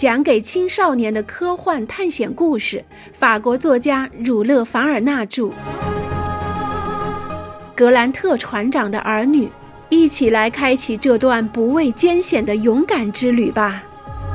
讲给青少年的科幻探险故事，法国作家儒勒·凡尔纳著。格兰特船长的儿女，一起来开启这段不畏艰险的勇敢之旅吧。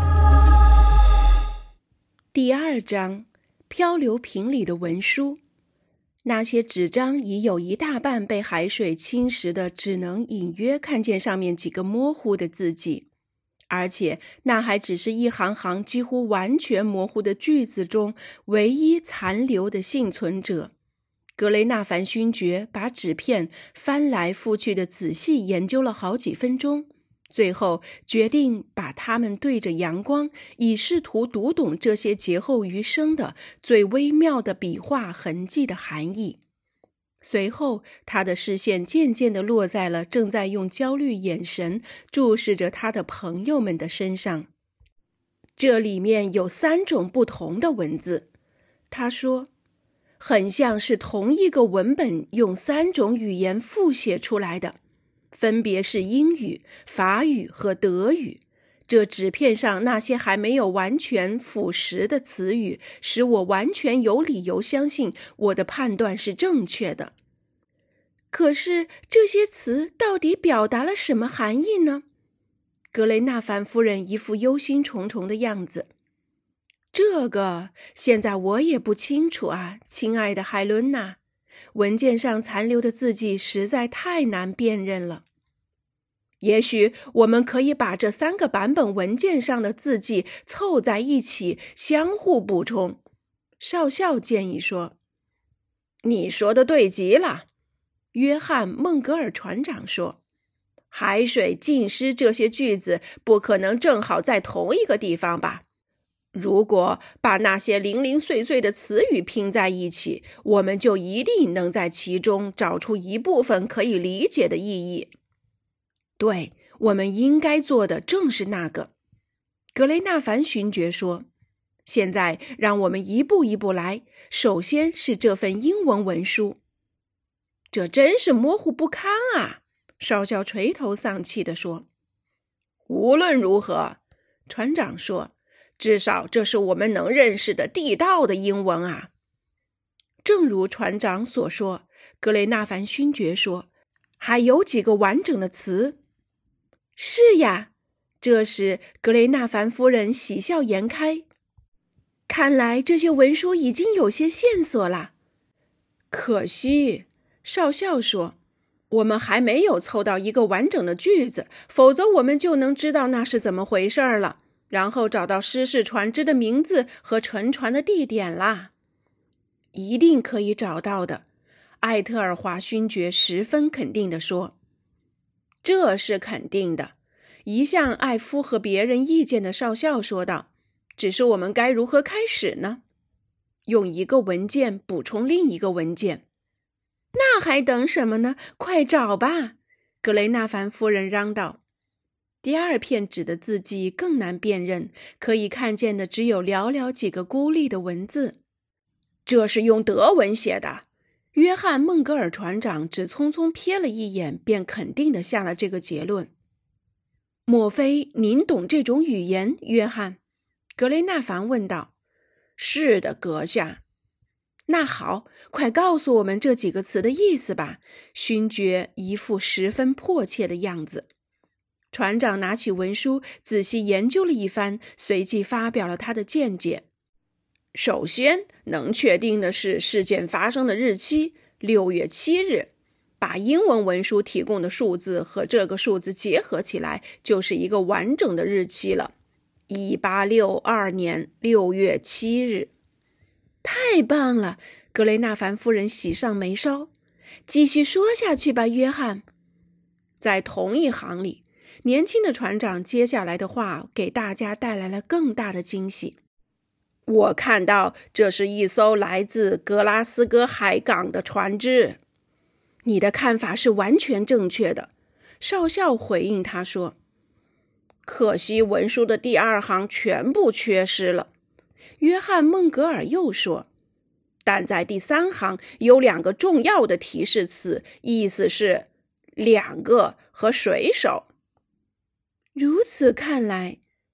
第2章，漂流瓶里的文书。那些纸张已有一大半被海水侵蚀的，只能隐约看见上面几个模糊的字迹，而且那还只是一行行几乎完全模糊的句子中唯一残留的幸存者。格雷纳凡勋爵把纸片翻来覆去的仔细研究了好几分钟，最后决定把它们对着阳光，以试图读懂这些劫后余生的最微妙的笔画痕迹的含义。随后他的视线渐渐地落在了正在用焦虑眼神注视着他的朋友们的身上。这里面有3种不同的文字，他说，很像是同一个文本用3种语言复写出来的，分别是英语、法语和德语。这纸片上那些还没有完全腐蚀的词语，使我完全有理由相信我的判断是正确的。可是这些词到底表达了什么含义呢？格雷纳凡夫人一副忧心忡忡的样子。这个现在我也不清楚啊，亲爱的海伦娜，文件上残留的字迹实在太难辨认了。也许我们可以把这3个版本文件上的字迹凑在一起，相互补充。少校建议说。你说的对极了，约翰·孟格尔船长说。海水浸湿这些句子不可能正好在同一个地方吧？如果把那些零零碎碎的词语拼在一起，我们就一定能在其中找出一部分可以理解的意义。对，我们应该做的正是那个。格雷纳凡勋爵说。现在让我们一步一步来，首先是这份英文文书。这真是模糊不堪啊，少校垂头丧气地说。无论如何，船长说，至少这是我们能认识的地道的英文啊。正如船长所说，格雷纳凡勋爵说，还有几个完整的词。是呀，这时格雷纳凡夫人喜笑颜开。看来这些文书已经有些线索了。可惜，少校说，我们还没有凑到一个完整的句子，否则我们就能知道那是怎么回事了，然后找到失事船只的名字和沉船的地点啦。一定可以找到的，艾特尔华勋爵十分肯定地说。这是肯定的，一向爱附和别人意见的少校说道。只是我们该如何开始呢？用一个文件补充另一个文件。那还等什么呢？快找吧！格雷纳凡夫人嚷道。第2片纸的字迹更难辨认，可以看见的只有寥寥几个孤立的文字。这是用德文写的。约翰·孟格尔船长只匆匆瞥了一眼，便肯定地下了这个结论。莫非您懂这种语言，约翰？格雷纳凡问道。是的，阁下。那好，快告诉我们这几个词的意思吧。勋爵一副十分迫切的样子。船长拿起文书仔细研究了一番，随即发表了他的见解。首先能确定的是事件发生的日期6月7日，把英文文书提供的数字和这个数字结合起来，就是一个完整的日期了。1862年6月7日。太棒了，格雷纳凡夫人喜上眉梢。继续说下去吧，约翰。在同一行里，年轻的船长接下来的话给大家带来了更大的惊喜。我看到这是一艘来自格拉斯哥海港的船只。你的看法是完全正确的，少校回应他说。可惜文书的第2行全部缺失了，约翰·孟格尔又说。但在第3行有2个重要的提示词，意思是2个和水手。如此看来，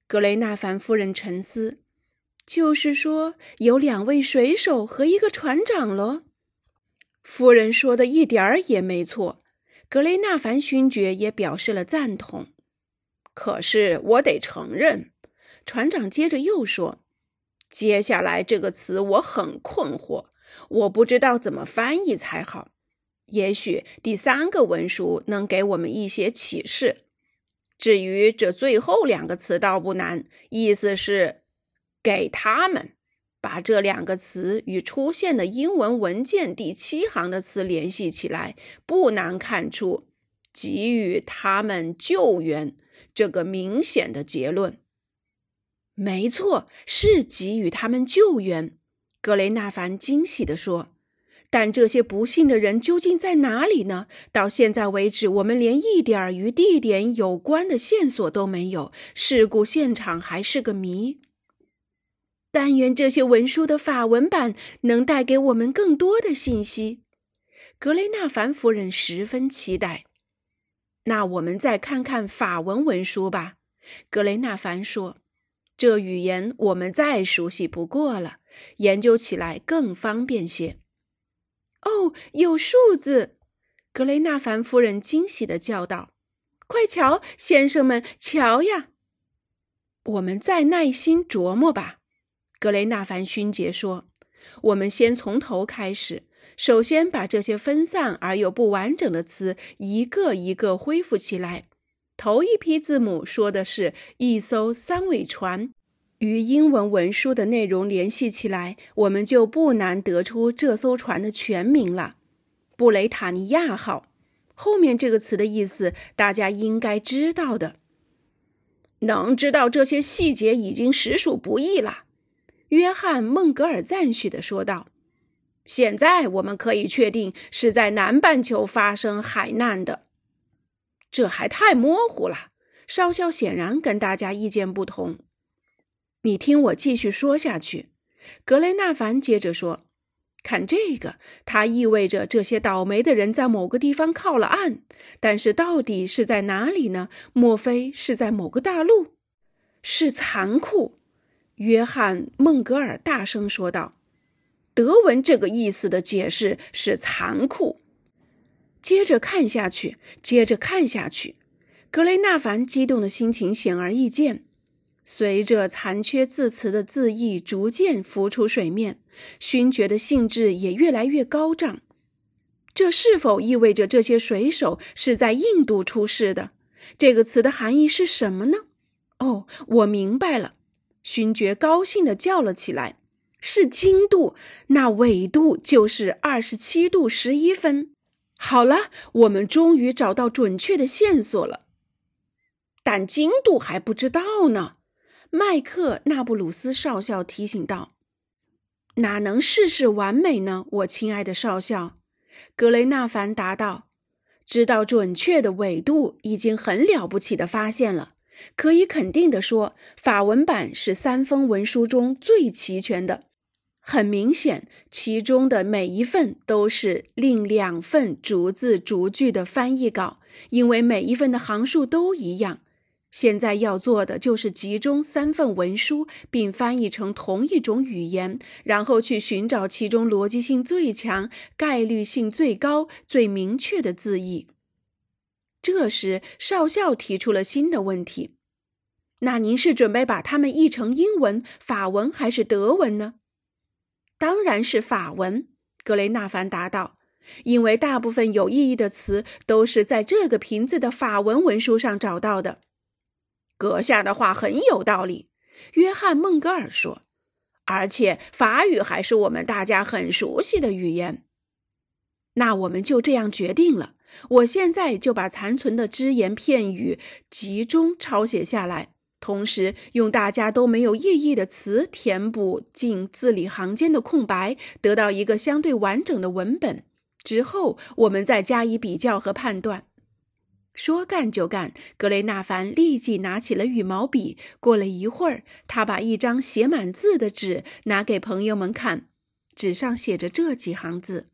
格雷纳凡夫人沉思，就是说有2位水手和1个船长咯。夫人说的一点儿也没错，格雷纳凡勋爵也表示了赞同。可是我得承认，船长接着又说，接下来这个词我很困惑，我不知道怎么翻译才好。也许第3个文书能给我们一些启示。至于这最后2个词倒不难，意思是给他们。把这2个词与出现的英文文件第7行的词联系起来，不难看出给予他们救援这个明显的结论。没错，是给予他们救援，格雷纳凡惊喜地说。但这些不幸的人究竟在哪里呢？到现在为止，我们连一点与地点有关的线索都没有，事故现场还是个谜。但愿这些文书的法文版能带给我们更多的信息。格雷纳凡夫人十分期待。那我们再看看法文文书吧，格雷纳凡说。这语言我们再熟悉不过了，研究起来更方便些。哦，有数字！格雷纳凡夫人惊喜地叫道：“快瞧，先生们，瞧呀！”我们再耐心琢磨吧，格雷纳凡勋爵说。我们先从头开始，首先把这些分散而又不完整的词一个一个恢复起来。头一批字母说的是一艘3尾船，与英文文书的内容联系起来，我们就不难得出这艘船的全名了，布雷塔尼亚号。后面这个词的意思大家应该知道的。能知道这些细节已经实属不易了，约翰·孟格尔赞许地说道。现在我们可以确定是在南半球发生海难的。这还太模糊了，少校显然跟大家意见不同。你听我继续说下去，格雷纳凡接着说，看这个，它意味着这些倒霉的人在某个地方靠了岸，但是到底是在哪里呢？莫非是在某个大陆？是残酷，约翰·孟格尔大声说道。德文这个意思的解释是残酷。接着看下去，接着看下去，格雷纳凡激动的心情显而易见。随着残缺字词的字义逐渐浮出水面，勋爵的兴致也越来越高涨。这是否意味着这些水手是在印度出事的？这个词的含义是什么呢？哦，我明白了，勋爵高兴地叫了起来，是经度，那纬度就是27度11分。好了，我们终于找到准确的线索了。但经度还不知道呢，麦克纳布鲁斯少校提醒道。哪能事事完美呢，我亲爱的少校？格雷纳凡答道。知道准确的纬度已经很了不起的发现了，可以肯定地说，法文版是3封文书中最齐全的。很明显，其中的每一份都是另2份逐字逐句的翻译稿，因为每一份的行数都一样。现在要做的就是集中3份文书，并翻译成同一种语言，然后去寻找其中逻辑性最强、概率性最高、最明确的字义。这时，少校提出了新的问题：那您是准备把它们译成英文、法文还是德文呢？当然是法文，格雷纳凡答道，因为大部分有意义的词都是在这个瓶子的法文文书上找到的。阁下的话很有道理，约翰·孟格尔说，而且法语还是我们大家很熟悉的语言。那我们就这样决定了，我现在就把残存的只言片语集中抄写下来，同时用大家都没有意义的词填补进字里行间的空白，得到一个相对完整的文本。之后我们再加以比较和判断。说干就干，格雷纳凡立即拿起了羽毛笔。过了一会儿，他把一张写满字的纸拿给朋友们看，纸上写着这几行字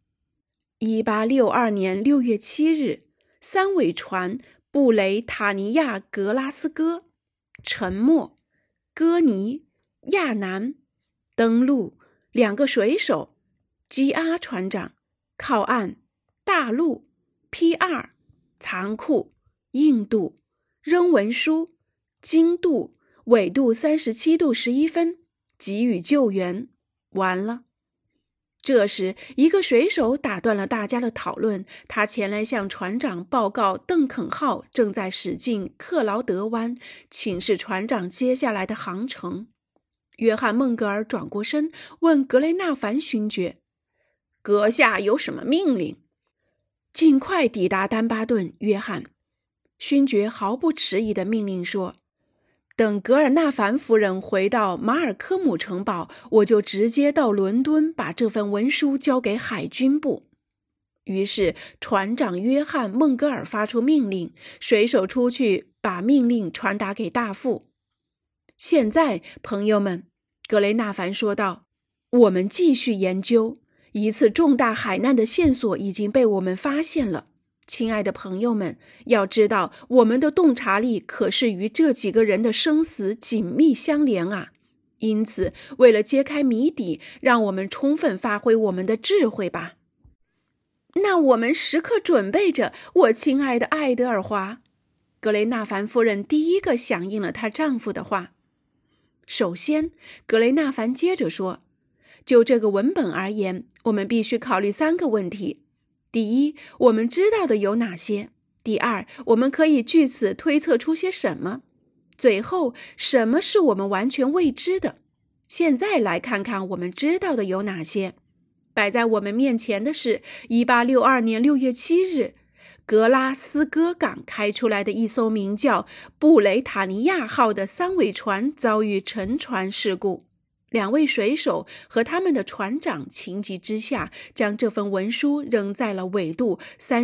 ：1862年6月7日，3尾船布雷塔尼亚格拉斯哥沉没哥尼、亚南。登陆2个水手，基阿船长。靠岸大陆 P2。仓库印度。扔文书经度纬度37度11分，给予救援。完了。这时，一个水手打断了大家的讨论，他前来向船长报告邓肯号正在驶进克劳德湾，请示船长接下来的航程。约翰·孟格尔转过身，问格雷纳凡勋爵：“阁下有什么命令？”“尽快抵达丹巴顿，约翰。”勋爵毫不迟疑地命令说。等格尔纳凡夫人回到马尔科姆城堡，我就直接到伦敦把这份文书交给海军部。于是船长约翰·孟格尔发出命令，水手出去把命令传达给大副。现在，朋友们，格雷纳凡说道，我们继续研究。一次重大海难的线索已经被我们发现了。亲爱的朋友们，要知道我们的洞察力可是与这几个人的生死紧密相连啊！因此，为了揭开谜底，让我们充分发挥我们的智慧吧。那我们时刻准备着，我亲爱的爱德尔华。格雷纳凡夫人第一个响应了她丈夫的话。首先，格雷纳凡接着说，就这个文本而言，我们必须考虑3个问题。第一，我们知道的有哪些？第二，我们可以据此推测出些什么？最后，什么是我们完全未知的？现在来看看我们知道的有哪些。摆在我们面前的是1862年6月7日，格拉斯哥港开出来的一艘名叫布雷塔尼亚号的3桅船遭遇沉船事故。2位水手和他们的船长情急之下，将这份文书扔在了纬度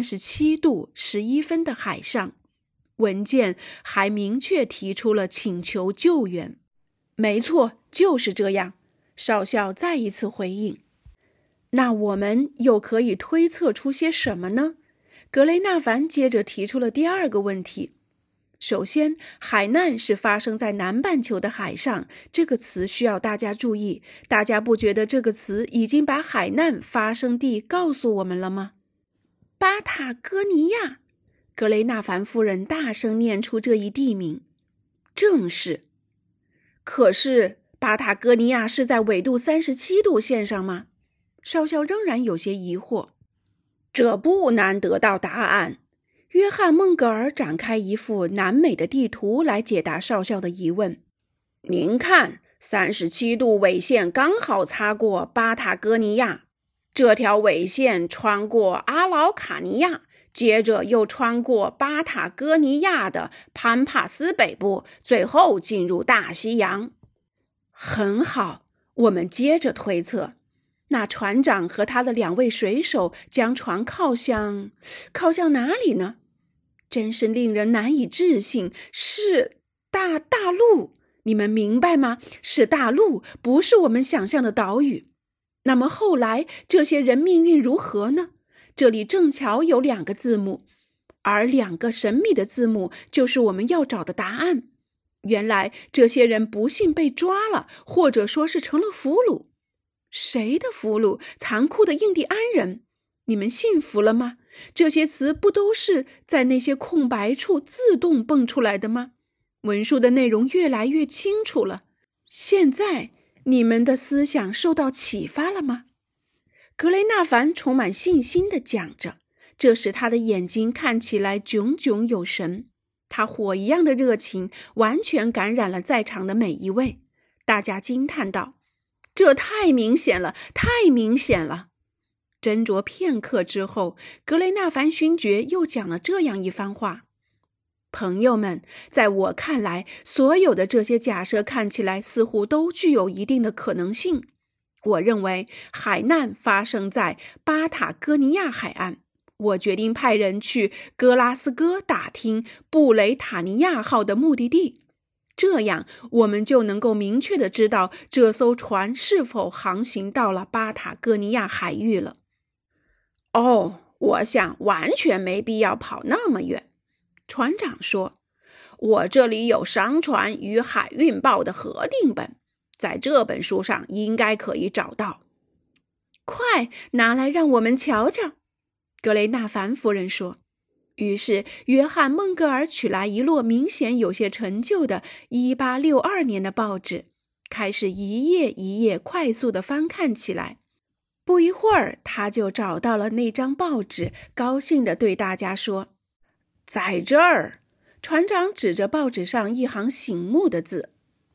37度11分的海上。文件还明确提出了请求救援。没错，就是这样。少校再一次回应。那我们又可以推测出些什么呢？格雷纳凡接着提出了第2个问题。首先，海难是发生在南半球的海上，这个词需要大家注意。大家不觉得这个词已经把海难发生地告诉我们了吗？巴塔哥尼亚，格雷纳凡夫人大声念出这一地名。正是。可是，巴塔哥尼亚是在纬度37度线上吗？少校仍然有些疑惑。这不难得到答案。约翰·孟格尔展开一幅南美的地图来解答少校的疑问。您看，37度纬线刚好擦过巴塔哥尼亚，这条纬线穿过阿劳卡尼亚，接着又穿过巴塔哥尼亚的潘帕斯北部，最后进入大西洋。很好，我们接着推测。那船长和他的2位水手将船靠向哪里呢？真是令人难以置信，是大陆，你们明白吗？是大陆，不是我们想象的岛屿。那么后来这些人命运如何呢？这里正巧有2个字母，而2个神秘的字母就是我们要找的答案。原来这些人不幸被抓了，或者说是成了俘虏。谁的俘虏？残酷的印第安人。你们信服了吗？这些词不都是在那些空白处自动蹦出来的吗？文书的内容越来越清楚了。现在你们的思想受到启发了吗？格雷纳凡充满信心地讲着，这时他的眼睛看起来炯炯有神。他火一样的热情完全感染了在场的每一位。大家惊叹道：“这太明显了，太明显了！”斟酌片刻之后，格雷纳凡勋爵又讲了这样一番话：“朋友们，在我看来，所有的这些假设看起来似乎都具有一定的可能性。我认为海难发生在巴塔哥尼亚海岸。我决定派人去格拉斯哥打听布雷塔尼亚号的目的地，这样我们就能够明确地知道这艘船是否航行到了巴塔哥尼亚海域了。”“哦，我想完全没必要跑那么远。”船长说，“ 我这里有商船与海运报的核定本，在这本书上应该可以找到。快拿来让我们瞧瞧，格雷纳凡夫人说。于是约翰·孟格尔取来一摞明显有些陈旧的1862年的报纸，开始一页一页快速地翻看起来。不一会儿，他就找到了那张报纸，高兴地对大家说：“在这儿！”船长指着报纸上一行醒目的字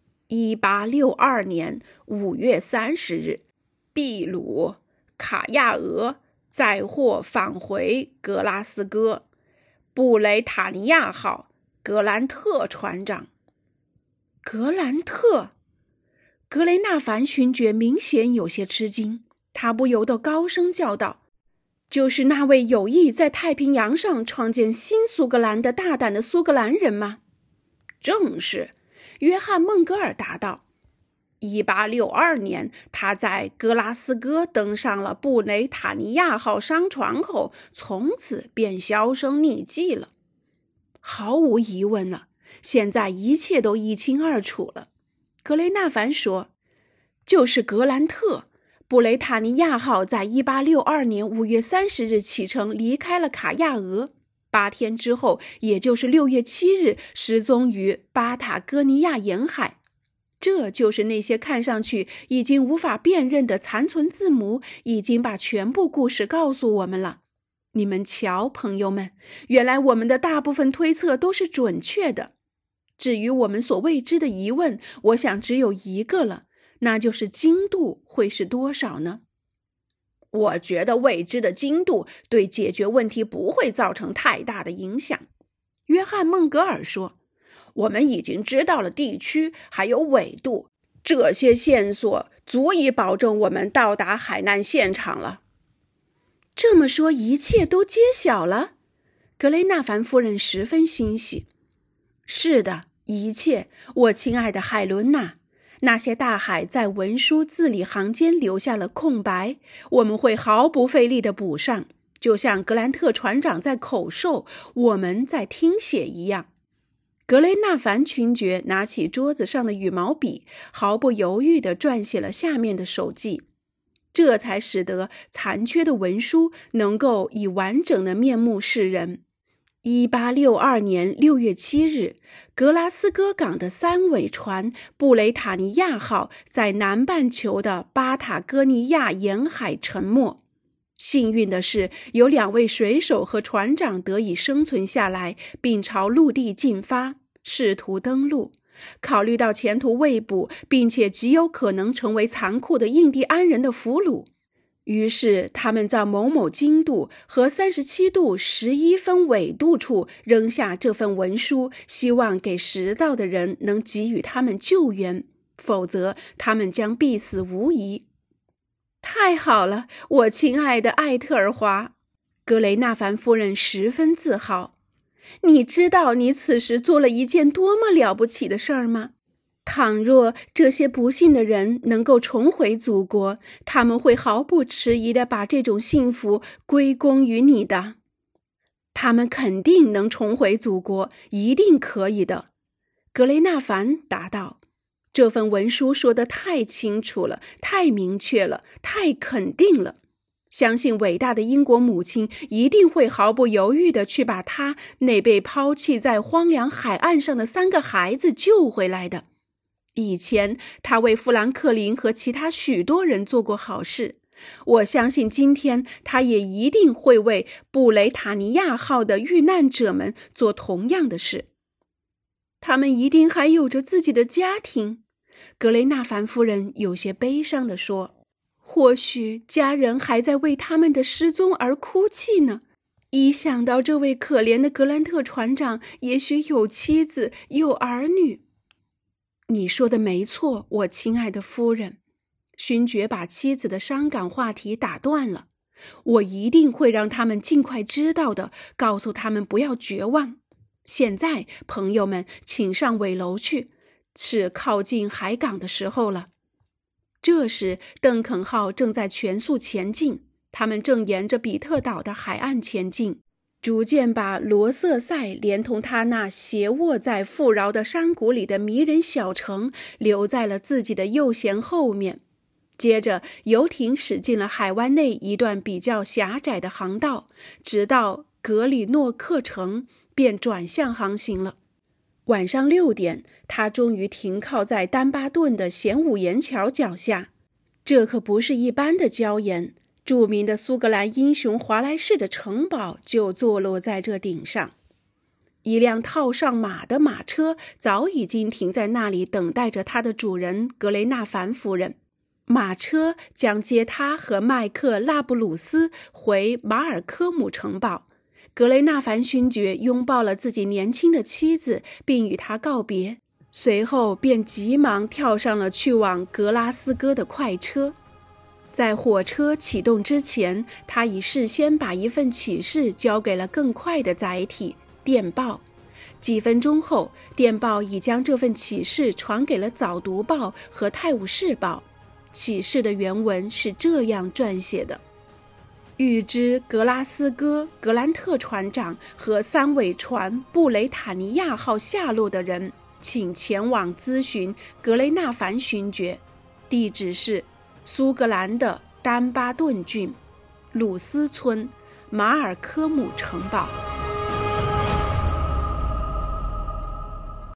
：1862年5月30日，秘鲁卡亚俄载货返回格拉斯哥，布雷塔尼亚号格兰特船长。格兰特！格雷纳凡勋爵明显有些吃惊，他不由得高声叫道：“就是那位有意在太平洋上创建新苏格兰的大胆的苏格兰人吗？”“正是。”约翰·孟格尔答道。1862年，他在格拉斯哥登上了布雷塔尼亚号商船后，从此便销声匿迹了。毫无疑问了，现在一切都一清二楚了。格雷纳凡说：“就是格兰特。布雷塔尼亚号在1862年5月30日启程，离开了卡亚俄。8天之后，也就是6月7日，失踪于巴塔哥尼亚沿海。这就是那些看上去已经无法辨认的残存字母，已经把全部故事告诉我们了。你们瞧，朋友们，原来我们的大部分推测都是准确的。至于我们所未知的疑问，我想只有一个了，那就是精度会是多少呢？”“我觉得未知的精度对解决问题不会造成太大的影响。”约翰·孟格尔说。“我们已经知道了地区还有纬度，这些线索足以保证我们到达海难现场了。”“这么说，一切都揭晓了？”格雷纳凡夫人十分欣喜。“是的，一切，我亲爱的海伦娜。那些大海在文书字里行间留下了空白，我们会毫不费力地补上，就像格兰特船长在口授，我们在听写一样。”格雷纳凡勋爵拿起桌子上的羽毛笔，毫不犹豫地撰写了下面的手记，这才使得残缺的文书能够以完整的面目示人。1862年6月7日，格拉斯哥港的3尾船布雷塔尼亚号在南半球的巴塔哥尼亚沿海沉没。幸运的是，有2位水手和船长得以生存下来，并朝陆地进发，试图登陆。考虑到前途未卜，并且极有可能成为残酷的印第安人的俘虏，于是他们在某某经度和37度11分纬度处扔下这份文书，希望给拾到的人能给予他们救援，否则他们将必死无疑。太好了，我亲爱的艾特尔华，格雷纳凡夫人十分自豪。你知道你此时做了一件多么了不起的事儿吗？倘若这些不幸的人能够重回祖国，他们会毫不迟疑地把这种幸福归功于你的。他们肯定能重回祖国，一定可以的。格雷纳凡答道。这份文书说得太清楚了，太明确了，太肯定了。相信伟大的英国母亲一定会毫不犹豫地去把她那被抛弃在荒凉海岸上的3个孩子救回来的。以前她为富兰克林和其他许多人做过好事，我相信今天她也一定会为布雷塔尼亚号的遇难者们做同样的事。他们一定还有着自己的家庭，格雷纳凡夫人有些悲伤地说。或许家人还在为他们的失踪而哭泣呢。一想到这位可怜的格兰特船长也许有妻子有儿女。你说的没错，我亲爱的夫人。勋爵把妻子的伤感话题打断了。我一定会让他们尽快知道的，告诉他们不要绝望。现在，朋友们，请上尾楼去，是靠近海港的时候了。这时，邓肯号正在全速前进，他们正沿着比特岛的海岸前进。 逐渐把罗瑟塞连同他那斜卧在富饶的山谷里的迷人小城留在了自己的右舷后面。接着游艇驶进了海湾内一段比较狭窄的航道，直到格里诺克城便转向航行了。晚上6点，他终于停靠在丹巴顿的玄武岩桥脚下。这可不是一般的礁岩，著名的苏格兰英雄华莱士的城堡就坐落在这顶上。一辆套上马的马车早已经停在那里，等待着它的主人格雷纳凡夫人。马车将接他和麦克拉布鲁斯回马尔科姆城堡。格雷纳凡勋爵拥抱了自己年轻的妻子，并与她告别，随后便急忙跳上了去往格拉斯哥的快车。在火车启动之前，他已事先把一份启事交给了更快的载体——电报。几分钟后，电报已将这份启事传给了早读报和泰晤士报。启事的原文是这样撰写的：预知格拉斯哥格兰特船长和3尾船布雷塔尼亚号下落的人，请前往咨询格雷纳凡勋爵，地址是苏格兰的丹巴顿郡鲁斯村马尔科姆城堡。